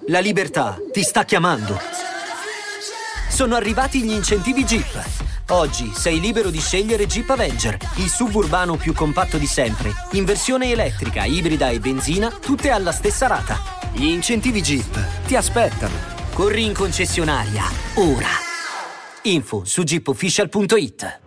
La libertà ti sta chiamando. Sono arrivati gli incentivi Jeep. Oggi sei libero di scegliere Jeep Avenger, il SUV urbano più compatto di sempre, in versione elettrica, ibrida e benzina, tutte alla stessa rata. Gli incentivi Jeep ti aspettano. Corri in concessionaria, ora. Info su jeepofficial.it.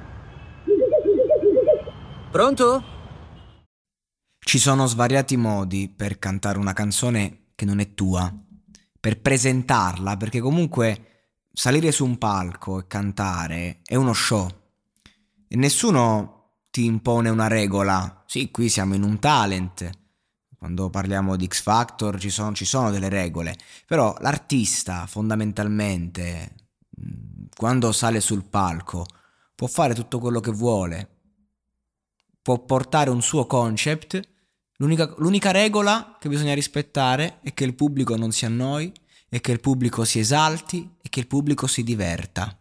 Pronto? Ci sono svariati modi per cantare una canzone che non è tua, per presentarla, perché comunque salire su un palco e cantare è uno show e nessuno ti impone una regola. Sì, qui siamo in un talent, quando parliamo di X Factor ci sono delle regole, però l'artista fondamentalmente quando sale sul palco può fare tutto quello che vuole, può portare un suo concept. L'unica regola che bisogna rispettare è che il pubblico non si annoi, e che il pubblico si esalti e che il pubblico si diverta.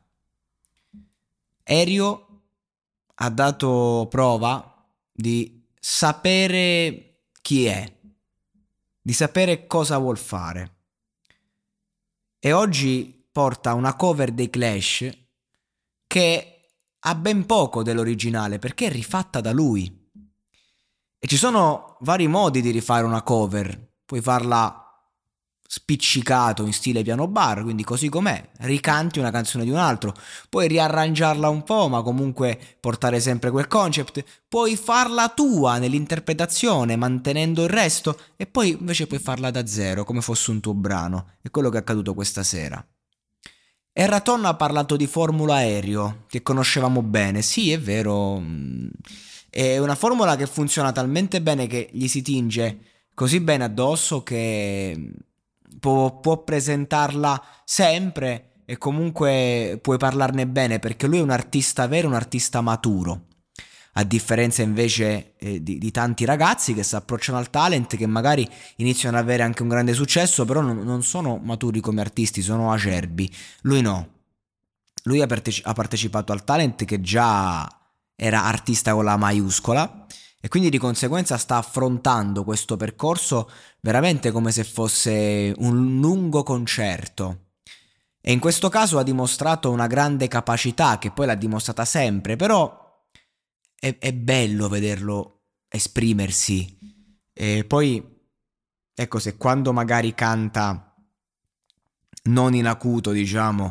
Elio ha dato prova di sapere chi è, di sapere cosa vuol fare, e oggi porta una cover dei Clash che ha ben poco dell'originale perché è rifatta da lui. E ci sono vari modi di rifare una cover. Puoi farla spiccicato in stile piano bar, quindi così com'è, ricanti una canzone di un altro, puoi riarrangiarla un po' ma comunque portare sempre quel concept, puoi farla tua nell'interpretazione mantenendo il resto, e poi invece puoi farla da zero come fosse un tuo brano. È quello che è accaduto questa sera. Erraton ha parlato di Formula Aereo, che conoscevamo bene. Sì, è vero, è una formula che funziona talmente bene, che gli si tinge così bene addosso che può presentarla sempre e comunque puoi parlarne bene, perché lui è un artista vero, un artista maturo, a differenza invece di tanti ragazzi che si approcciano al talent, che magari iniziano ad avere anche un grande successo, però non sono maturi come artisti, sono acerbi. Lui no, lui ha partecipato al talent che già era artista con la maiuscola, e quindi di conseguenza sta affrontando questo percorso veramente come se fosse un lungo concerto. E in questo caso ha dimostrato una grande capacità, che poi l'ha dimostrata sempre, però è bello vederlo esprimersi. E poi, ecco, se quando magari canta non in acuto, diciamo,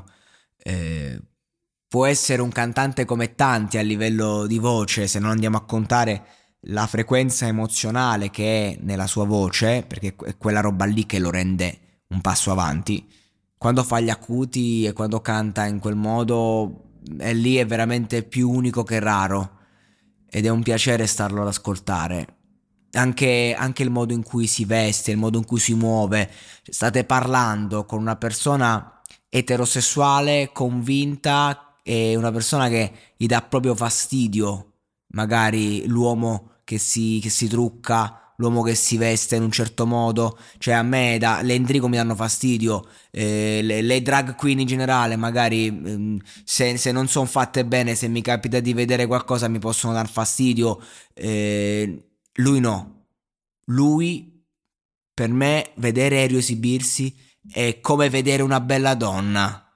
può essere un cantante come tanti a livello di voce, se non andiamo a contare la frequenza emozionale che è nella sua voce, perché è quella roba lì che lo rende un passo avanti. Quando fa gli acuti e quando canta in quel modo, lì è veramente più unico che raro, ed è un piacere starlo ad ascoltare. Anche il modo in cui si veste, il modo in cui si muove. State parlando con una persona eterosessuale convinta, e una persona che gli dà proprio fastidio magari l'uomo che si trucca, l'uomo che si veste in un certo modo. Cioè a me le Endrigo mi danno fastidio, le drag queen in generale magari, se non sono fatte bene, se mi capita di vedere qualcosa mi possono dar fastidio. Lui no, lui, per me, vedere Elio esibirsi è come vedere una bella donna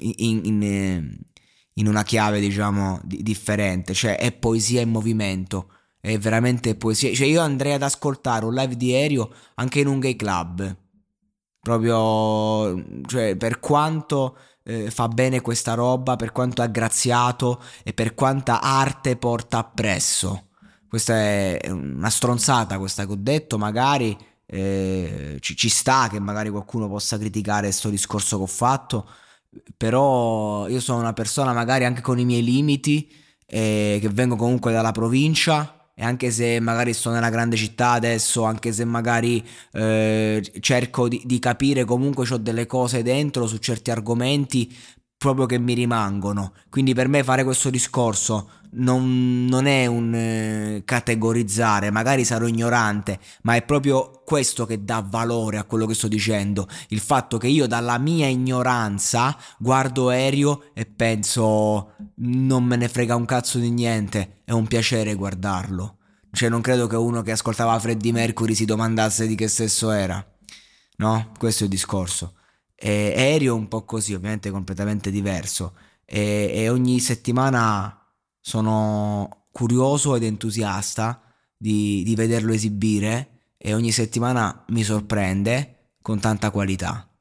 in una chiave, diciamo, differente. Cioè è poesia in movimento, è veramente poesia. Cioè io andrei ad ascoltare un live di Elio anche in un gay club, proprio, cioè, per quanto fa bene questa roba, per quanto è aggraziato e per quanta arte porta appresso. Questa è una stronzata, questa che ho detto, magari ci sta che magari qualcuno possa criticare questo discorso che ho fatto, però io sono una persona magari anche con i miei limiti, che vengo comunque dalla provincia, e anche se magari sto nella grande città adesso, anche se magari cerco di capire, comunque ho delle cose dentro su certi argomenti proprio che mi rimangono. Quindi per me fare questo discorso non è un categorizzare, magari sarò ignorante, ma è proprio questo che dà valore a quello che sto dicendo, il fatto che io dalla mia ignoranza guardo Elio e penso non me ne frega un cazzo di niente, è un piacere guardarlo. Cioè non credo che uno che ascoltava Freddie Mercury si domandasse di che sesso era. no? Questo è il discorso. Aereo è un po' così, ovviamente completamente diverso. E ogni settimana sono curioso ed entusiasta di vederlo esibire e ogni settimana mi sorprende con tanta qualità.